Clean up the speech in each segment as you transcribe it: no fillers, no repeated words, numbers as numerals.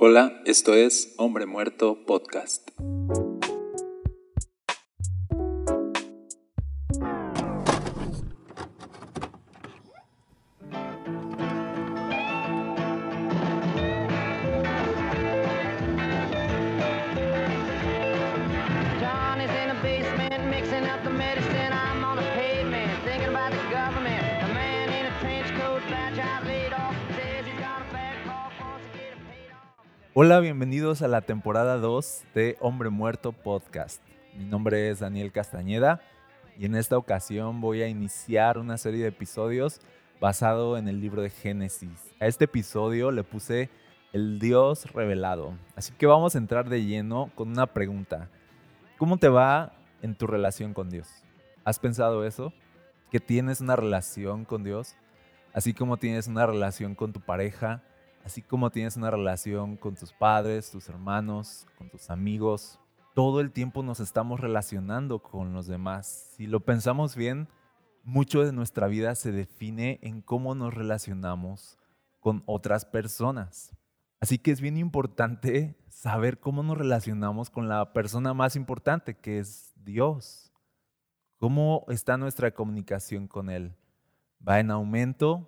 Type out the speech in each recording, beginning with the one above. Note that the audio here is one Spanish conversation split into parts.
Hola, esto es Hombre Muerto Podcast. John is in the basement mixing up the medicine. I'm on the pavement thinking about the government. The man in a trench coat, badge out laid off, says he's got a bad cough, wants to get it paid off. Hola, bienvenidos a la temporada 2 de Hombre Muerto Podcast. Mi nombre es Daniel Castañeda y en esta ocasión voy a iniciar una serie de episodios basado en el libro de Génesis. A este episodio le puse el Dios revelado. Así que vamos a entrar de lleno con una pregunta. ¿Cómo te va en tu relación con Dios? ¿Has pensado eso? ¿Que tienes una relación con Dios? Así como tienes una relación con tu pareja, así como tienes una relación con tus padres, tus hermanos, con tus amigos. Todo el tiempo nos estamos relacionando con los demás. Si lo pensamos bien, mucho de nuestra vida se define en cómo nos relacionamos con otras personas. Así que es bien importante saber cómo nos relacionamos con la persona más importante, que es Dios. ¿Cómo está nuestra comunicación con Él? ¿Va en aumento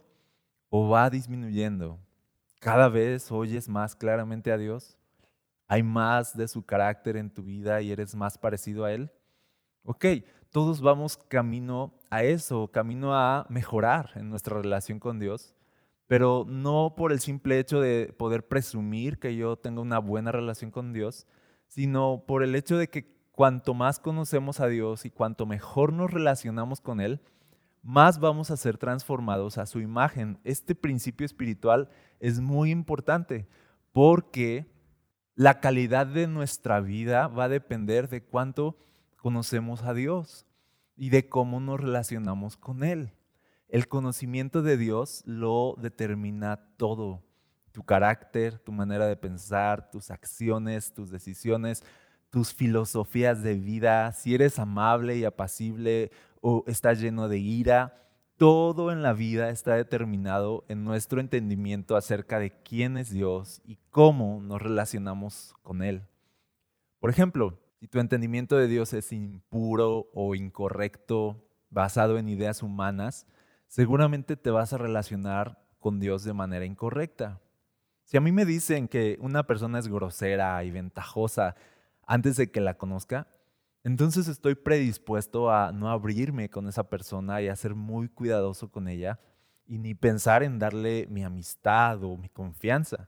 o va disminuyendo? ¿Cada vez oyes más claramente a Dios? ¿Hay más de su carácter en tu vida y eres más parecido a Él? Ok, todos vamos camino a eso, camino a mejorar en nuestra relación con Dios, pero no por el simple hecho de poder presumir que yo tengo una buena relación con Dios, sino por el hecho de que cuanto más conocemos a Dios y cuanto mejor nos relacionamos con Él, más vamos a ser transformados a su imagen. Este principio espiritual es muy importante porque la calidad de nuestra vida va a depender de cuánto conocemos a Dios y de cómo nos relacionamos con Él. El conocimiento de Dios lo determina todo. Tu carácter, tu manera de pensar, tus acciones, tus decisiones, tus filosofías de vida, si eres amable y apacible o estás lleno de ira. Todo en la vida está determinado en nuestro entendimiento acerca de quién es Dios y cómo nos relacionamos con Él. Por ejemplo, si tu entendimiento de Dios es impuro o incorrecto, basado en ideas humanas, seguramente te vas a relacionar con Dios de manera incorrecta. Si a mí me dicen que una persona es grosera y ventajosa antes de que la conozca, entonces estoy predispuesto a no abrirme con esa persona y a ser muy cuidadoso con ella y ni pensar en darle mi amistad o mi confianza.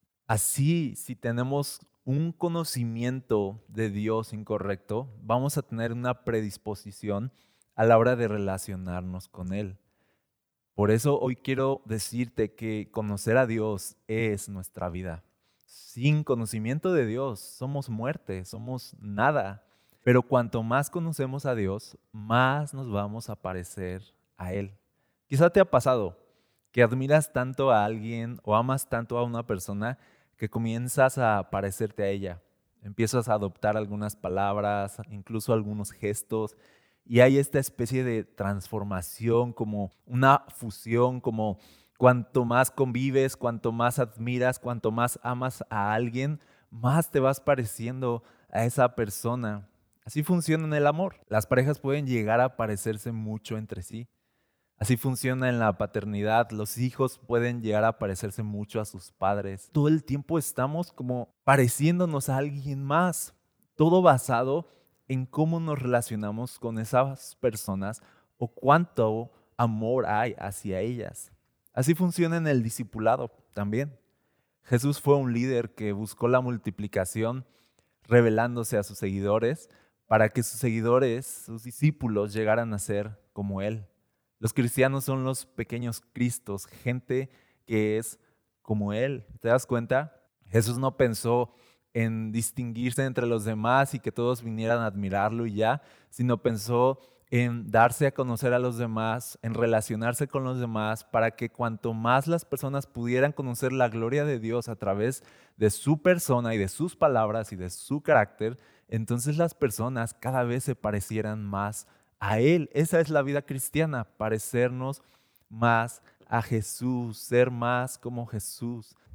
Así, si tenemos un conocimiento de Dios incorrecto, vamos a tener una predisposición a la hora de relacionarnos con Él. Por eso hoy quiero decirte que conocer a Dios es nuestra vida. Sin conocimiento de Dios somos muerte, somos nada. Pero cuanto más conocemos a Dios, más nos vamos a parecer a Él. Quizá te ha pasado que admiras tanto a alguien o amas tanto a una persona que comienzas a parecerte a ella. Empiezas a adoptar algunas palabras, incluso algunos gestos, y hay esta especie de transformación, como una fusión, como cuanto más convives, cuanto más admiras, cuanto más amas a alguien, más te vas pareciendo a esa persona. Así funciona en el amor. Las parejas pueden llegar a parecerse mucho entre sí. Así funciona en la paternidad. Los hijos pueden llegar a parecerse mucho a sus padres. Todo el tiempo estamos como pareciéndonos a alguien más. Todo basado en cómo nos relacionamos con esas personas o cuánto amor hay hacia ellas. Así funciona en el discipulado también. Jesús fue un líder que buscó la multiplicación revelándose a sus seguidores para que sus seguidores, sus discípulos, llegaran a ser como Él. Los cristianos son los pequeños Cristos, gente que es como Él. ¿Te das cuenta? Jesús no pensó en distinguirse entre los demás y que todos vinieran a admirarlo y ya, sino pensó en darse a conocer a los demás, en relacionarse con los demás, para que cuanto más las personas pudieran conocer la gloria de Dios a través de su persona y de sus palabras y de su carácter, entonces las personas cada vez se parecieran más a Él. Esa es la vida cristiana, parecernos más a Jesús, ser más como Jesús.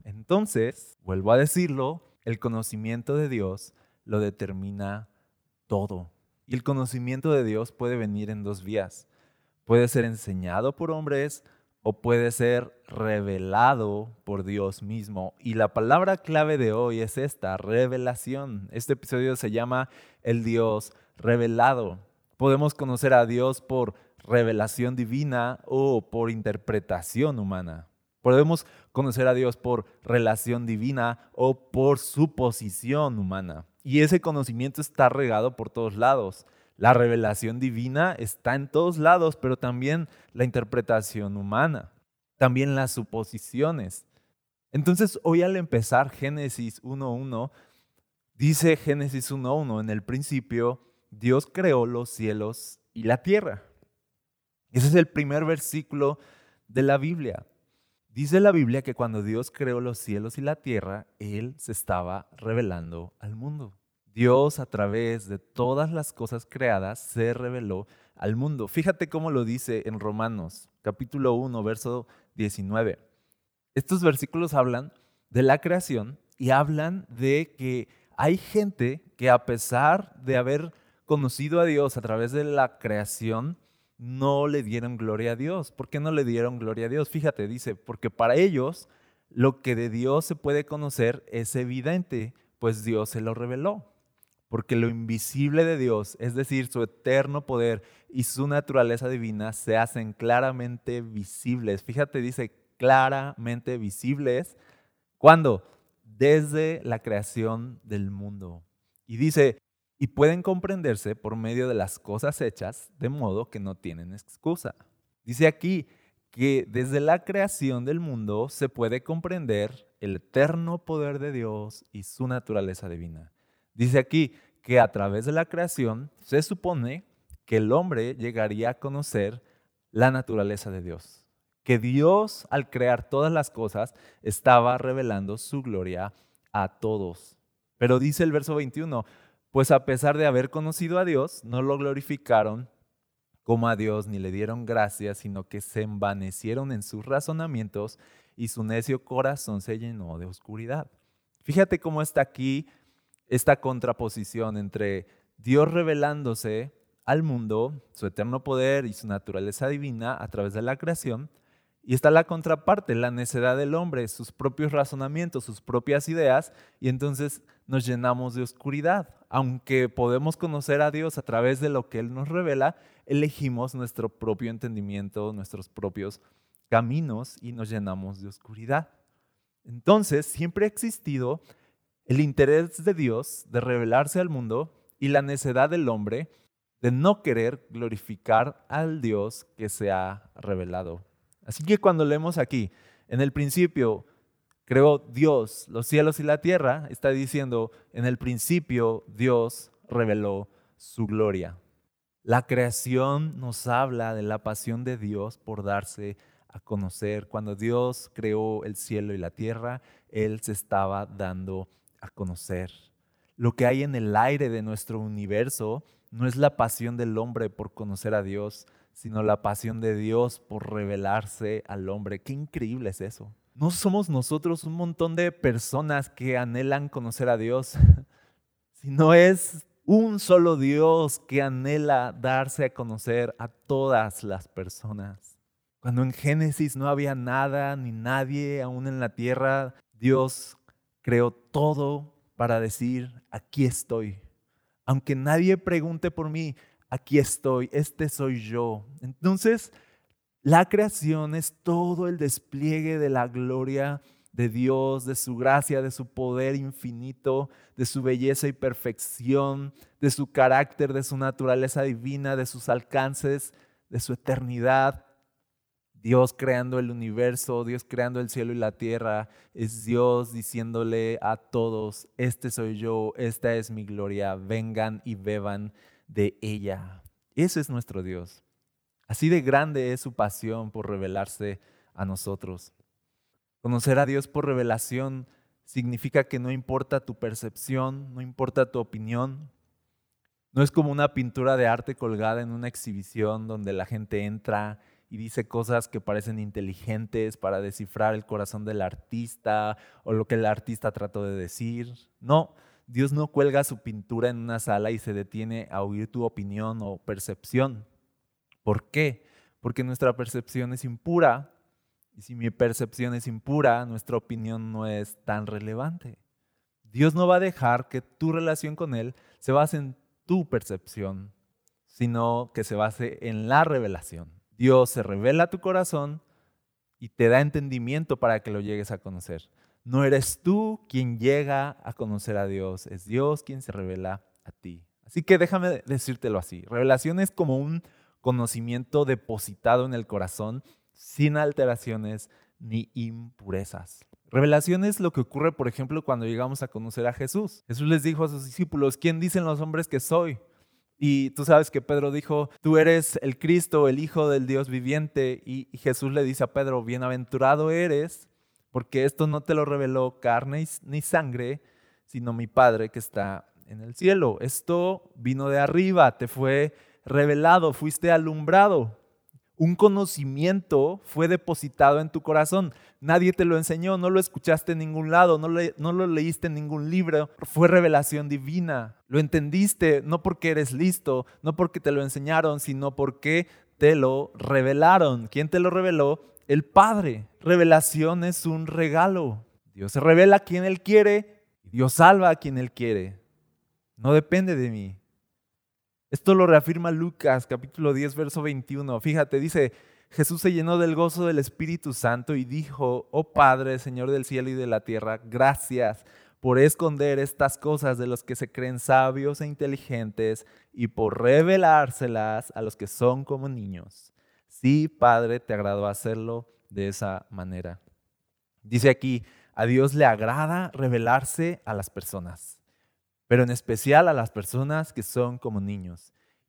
Entonces, vuelvo a decirlo, el conocimiento de Dios lo determina todo. Y el conocimiento de Dios puede venir en dos vías. Puede ser enseñado por hombres o puede ser revelado por Dios mismo. Y la palabra clave de hoy es esta, revelación. Este episodio se llama El Dios revelado. Podemos conocer a Dios por revelación divina o por interpretación humana. Podemos conocer a Dios por relación divina o por suposición humana. Y ese conocimiento está regado por todos lados. La revelación divina está en todos lados, pero también la interpretación humana, también las suposiciones. Entonces, hoy al empezar Génesis 1:1, dice Génesis 1:1, en el principio Dios creó los cielos y la tierra. Ese es el primer versículo de la Biblia. Dice la Biblia que cuando Dios creó los cielos y la tierra, Él se estaba revelando al mundo. Dios, a través de todas las cosas creadas, se reveló al mundo. Fíjate cómo lo dice en Romanos, capítulo 1, verso 19. Estos versículos hablan de la creación y hablan de que hay gente que, a pesar de haber conocido a Dios a través de la creación, no le dieron gloria a Dios. ¿Por qué no le dieron gloria a Dios? Fíjate, dice, porque para ellos lo que de Dios se puede conocer es evidente, pues Dios se lo reveló. Porque lo invisible de Dios, es decir, su eterno poder y su naturaleza divina, se hacen claramente visibles. Fíjate, dice claramente visibles. ¿Cuándo? Desde la creación del mundo. Y dice, y pueden comprenderse por medio de las cosas hechas, de modo que no tienen excusa. Dice aquí que desde la creación del mundo se puede comprender el eterno poder de Dios y su naturaleza divina. Dice aquí que a través de la creación se supone que el hombre llegaría a conocer la naturaleza de Dios. Que Dios, al crear todas las cosas, estaba revelando su gloria a todos. Pero dice el verso 21, pues a pesar de haber conocido a Dios, no lo glorificaron como a Dios ni le dieron gracias, sino que se envanecieron en sus razonamientos y su necio corazón se llenó de oscuridad. Fíjate cómo está aquí esta contraposición entre Dios revelándose al mundo, su eterno poder y su naturaleza divina a través de la creación, y está la contraparte, la necedad del hombre, sus propios razonamientos, sus propias ideas, y entonces nos llenamos de oscuridad. Aunque podemos conocer a Dios a través de lo que Él nos revela, elegimos nuestro propio entendimiento, nuestros propios caminos y nos llenamos de oscuridad. Entonces, siempre ha existido el interés de Dios de revelarse al mundo y la necedad del hombre de no querer glorificar al Dios que se ha revelado. Así que cuando leemos aquí, en el principio creó Dios los cielos y la tierra, está diciendo, en el principio Dios reveló su gloria. La creación nos habla de la pasión de Dios por darse a conocer. Cuando Dios creó el cielo y la tierra, Él se estaba dando a conocer. Lo que hay en el aire de nuestro universo no es la pasión del hombre por conocer a Dios, sino la pasión de Dios por revelarse al hombre. Qué increíble es eso. No somos nosotros un montón de personas que anhelan conocer a Dios, sino es un solo Dios que anhela darse a conocer a todas las personas. Cuando en Génesis no había nada ni nadie aún en la tierra, Dios creó todo para decir, aquí estoy. Aunque nadie pregunte por mí, aquí estoy, este soy yo. Entonces, la creación es todo el despliegue de la gloria de Dios, de su gracia, de su poder infinito, de su belleza y perfección, de su carácter, de su naturaleza divina, de sus alcances, de su eternidad. Dios creando el universo, Dios creando el cielo y la tierra, es Dios diciéndole a todos, este soy yo, esta es mi gloria, vengan y beban de ella. Ese es nuestro Dios. Así de grande es su pasión por revelarse a nosotros. Conocer a Dios por revelación significa que no importa tu percepción, no importa tu opinión. No es como una pintura de arte colgada en una exhibición donde la gente entra y dice cosas que parecen inteligentes para descifrar el corazón del artista o lo que el artista trató de decir. No, Dios no cuelga su pintura en una sala y se detiene a oír tu opinión o percepción. ¿Por qué? Porque nuestra percepción es impura, y si mi percepción es impura, nuestra opinión no es tan relevante. Dios no va a dejar que tu relación con Él se base en tu percepción, sino que se base en la revelación. Dios se revela a tu corazón y te da entendimiento para que lo llegues a conocer. No eres tú quien llega a conocer a Dios, es Dios quien se revela a ti. Así que déjame decírtelo así. Revelación es como un conocimiento depositado en el corazón sin alteraciones ni impurezas. Revelación es lo que ocurre, por ejemplo, cuando llegamos a conocer a Jesús. Jesús les dijo a sus discípulos, ¿quién dicen los hombres que soy? Y tú sabes que Pedro dijo, tú eres el Cristo, el Hijo del Dios viviente. Y Jesús le dice a Pedro, bienaventurado eres, porque esto no te lo reveló carne ni sangre, sino mi Padre que está en el cielo. Esto vino de arriba, te fue revelado, fuiste alumbrado. Un conocimiento fue depositado en tu corazón. Nadie te lo enseñó, no lo escuchaste en ningún lado, no lo leíste en ningún libro. Fue revelación divina. Lo entendiste no porque eres listo, no porque te lo enseñaron, sino porque te lo revelaron. ¿Quién te lo reveló? El Padre. Revelación es un regalo. Dios se revela a quien Él quiere y Dios salva a quien Él quiere. No depende de mí. Esto lo reafirma Lucas, capítulo 10, verso 21. Fíjate, dice, Jesús se llenó del gozo del Espíritu Santo y dijo, oh Padre, Señor del cielo y de la tierra, gracias por esconder estas cosas de los que se creen sabios e inteligentes y por revelárselas a los que son como niños. Sí, Padre, te agradó hacerlo de esa manera. Dice aquí, a Dios le agrada revelarse a las personas, pero en especial a las personas que son como niños.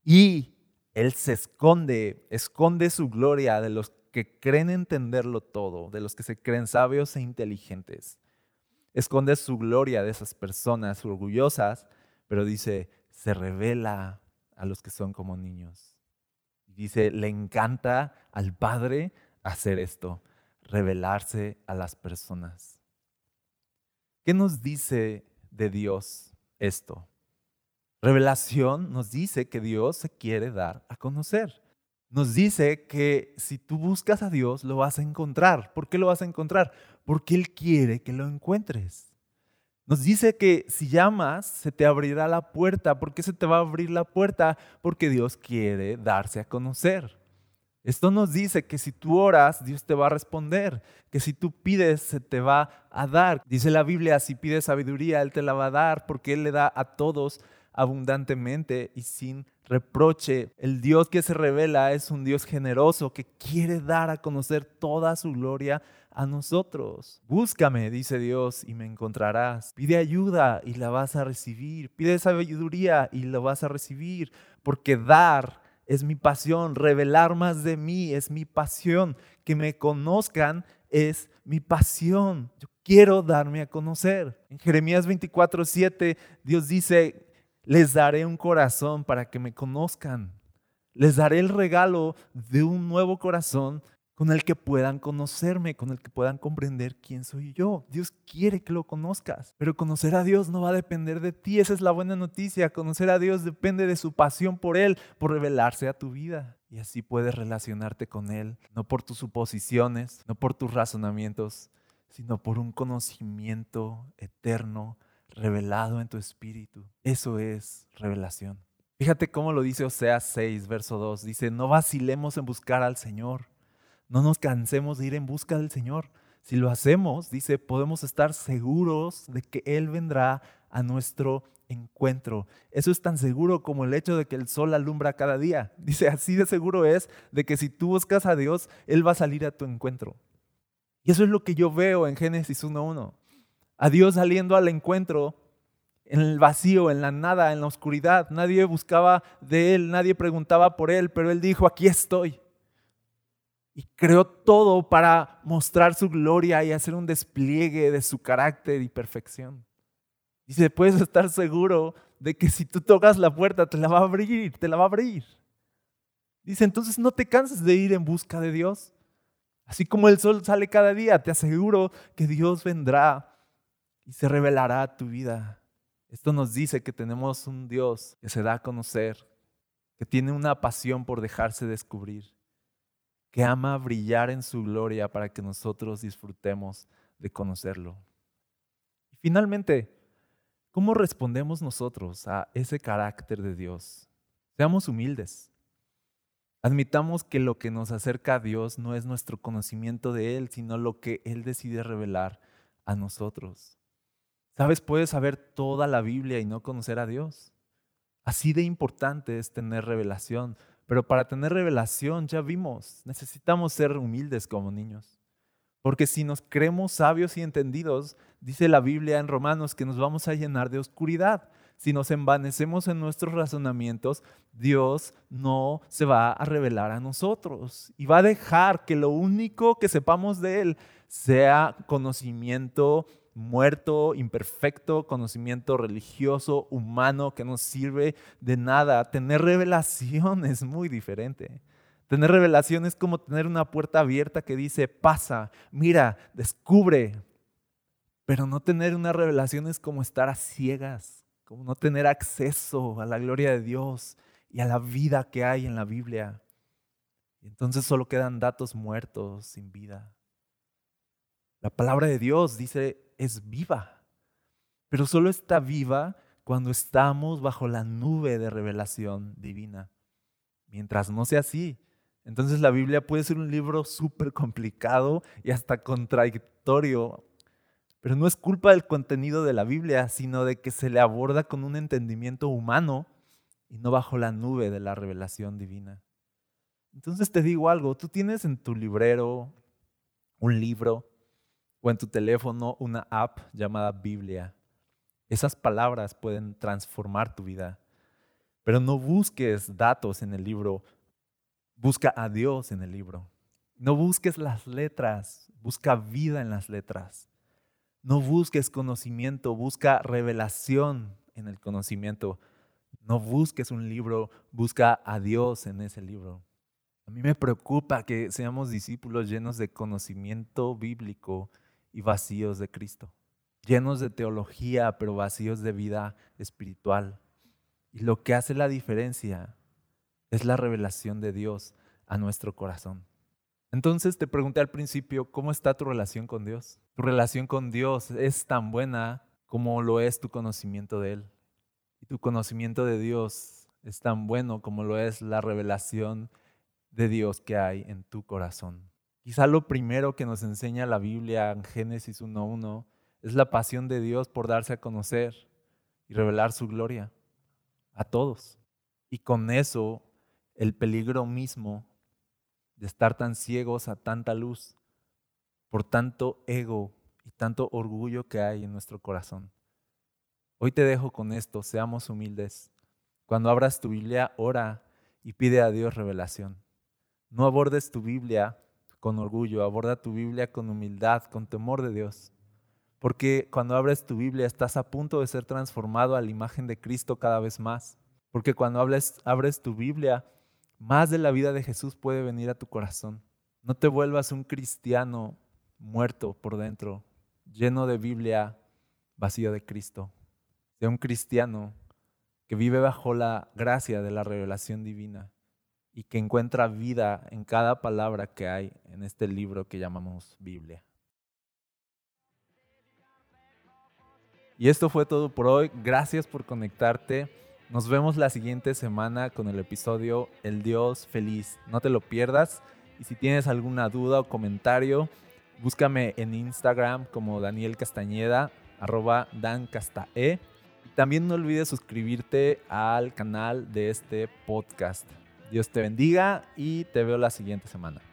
Y Él se esconde su gloria de los que creen entenderlo todo, de los que se creen sabios e inteligentes. Esconde su gloria de esas personas orgullosas, pero dice, se revela a los que son como niños. Dice, le encanta al Padre hacer esto, revelarse a las personas. ¿Qué nos dice de Dios esto? Revelación nos dice que Dios se quiere dar a conocer. Nos dice que si tú buscas a Dios, lo vas a encontrar. ¿Por qué lo vas a encontrar? Porque Él quiere que lo encuentres. Nos dice que si llamas, se te abrirá la puerta. ¿Por qué se te va a abrir la puerta? Porque Dios quiere darse a conocer. Esto nos dice que si tú oras, Dios te va a responder, que si tú pides, se te va a dar. Dice la Biblia, si pides sabiduría, Él te la va a dar, porque Él le da a todos abundantemente y sin reproche. El Dios que se revela es un Dios generoso que quiere dar a conocer toda su gloria a nosotros. Búscame, dice Dios, y me encontrarás. Pide ayuda y la vas a recibir. Pide sabiduría y la vas a recibir, porque dar es mi pasión, revelar más de mí es mi pasión, que me conozcan es mi pasión. Yo quiero darme a conocer. En Jeremías 24:7 Dios dice, les daré un corazón para que me conozcan. Les daré el regalo de un nuevo corazón con el que puedan conocerme, con el que puedan comprender quién soy yo. Dios quiere que lo conozcas, pero conocer a Dios no va a depender de ti. Esa es la buena noticia. Conocer a Dios depende de su pasión por Él, por revelarse a tu vida. Y así puedes relacionarte con Él, no por tus suposiciones, no por tus razonamientos, sino por un conocimiento eterno revelado en tu espíritu. Eso es revelación. Fíjate cómo lo dice Oseas 6, verso 2. Dice, no vacilemos en buscar al Señor. No nos cansemos de ir en busca del Señor. Si lo hacemos, dice, podemos estar seguros de que Él vendrá a nuestro encuentro. Eso es tan seguro como el hecho de que el sol alumbra cada día. Dice, así de seguro es de que si tú buscas a Dios, Él va a salir a tu encuentro. Y eso es lo que yo veo en Génesis 1:1. A Dios saliendo al encuentro en el vacío, en la nada, en la oscuridad. Nadie buscaba de Él, nadie preguntaba por Él, pero Él dijo, aquí estoy. Y creó todo para mostrar su gloria y hacer un despliegue de su carácter y perfección. Dice, puedes estar seguro de que si tú tocas la puerta, te la va a abrir, te la va a abrir. Dice, entonces no te canses de ir en busca de Dios. Así como el sol sale cada día, te aseguro que Dios vendrá y se revelará a tu vida. Esto nos dice que tenemos un Dios que se da a conocer, que tiene una pasión por dejarse descubrir, que ama brillar en su gloria para que nosotros disfrutemos de conocerlo. Y finalmente, ¿cómo respondemos nosotros a ese carácter de Dios? Seamos humildes. Admitamos que lo que nos acerca a Dios no es nuestro conocimiento de Él, sino lo que Él decide revelar a nosotros. ¿Sabes? Puedes saber toda la Biblia y no conocer a Dios. Así de importante es tener revelación. Pero para tener revelación, ya vimos, necesitamos ser humildes como niños. Porque si nos creemos sabios y entendidos, dice la Biblia en Romanos que nos vamos a llenar de oscuridad. Si nos envanecemos en nuestros razonamientos, Dios no se va a revelar a nosotros y va a dejar que lo único que sepamos de Él sea conocimiento muerto, imperfecto, conocimiento religioso, humano, que no sirve de nada. Tener revelación es muy diferente. Tener revelación es como tener una puerta abierta que dice, pasa, mira, descubre. Pero no tener una revelación es como estar a ciegas, como no tener acceso a la gloria de Dios y a la vida que hay en la Biblia. Y entonces solo quedan datos muertos, sin vida. La palabra de Dios dice, es viva, pero solo está viva cuando estamos bajo la nube de revelación divina. Mientras no sea así, entonces la Biblia puede ser un libro súper complicado y hasta contradictorio. Pero no es culpa del contenido de la Biblia, sino de que se le aborda con un entendimiento humano y no bajo la nube de la revelación divina. Entonces te digo algo, tú tienes en tu librero un libro o en tu teléfono una app llamada Biblia. Esas palabras pueden transformar tu vida, pero no busques datos en el libro, busca a Dios en el libro. No busques las letras, busca vida en las letras. No busques conocimiento, busca revelación en el conocimiento. No busques un libro, busca a Dios en ese libro. A mí me preocupa que seamos discípulos llenos de conocimiento bíblico y vacíos de Cristo. Llenos de teología, pero vacíos de vida espiritual. Y lo que hace la diferencia es la revelación de Dios a nuestro corazón. Entonces te pregunté al principio, ¿cómo está tu relación con Dios? Tu relación con Dios es tan buena como lo es tu conocimiento de Él. Y tu conocimiento de Dios es tan bueno como lo es la revelación de Dios que hay en tu corazón. Quizá lo primero que nos enseña la Biblia en Génesis 1:1 es la pasión de Dios por darse a conocer y revelar su gloria a todos. Y con eso, el peligro mismo de estar tan ciegos a tanta luz, por tanto ego y tanto orgullo que hay en nuestro corazón. Hoy te dejo con esto, seamos humildes. Cuando abras tu Biblia, ora y pide a Dios revelación. No abordes tu Biblia con orgullo, aborda tu Biblia con humildad, con temor de Dios. Porque cuando abres tu Biblia estás a punto de ser transformado a la imagen de Cristo cada vez más. Porque cuando abres tu Biblia, más de la vida de Jesús puede venir a tu corazón. No te vuelvas un cristiano muerto por dentro, lleno de Biblia, vacío de Cristo. Sea un cristiano que vive bajo la gracia de la revelación divina y que encuentra vida en cada palabra que hay en este libro que llamamos Biblia. Y esto fue todo por hoy. Gracias por conectarte. Nos vemos la siguiente semana con el episodio El Dios Feliz. No te lo pierdas. Y si tienes alguna duda o comentario, búscame en Instagram como Daniel Castañeda, @dancastae. Y también no olvides suscribirte al canal de este podcast. Dios te bendiga y te veo la siguiente semana.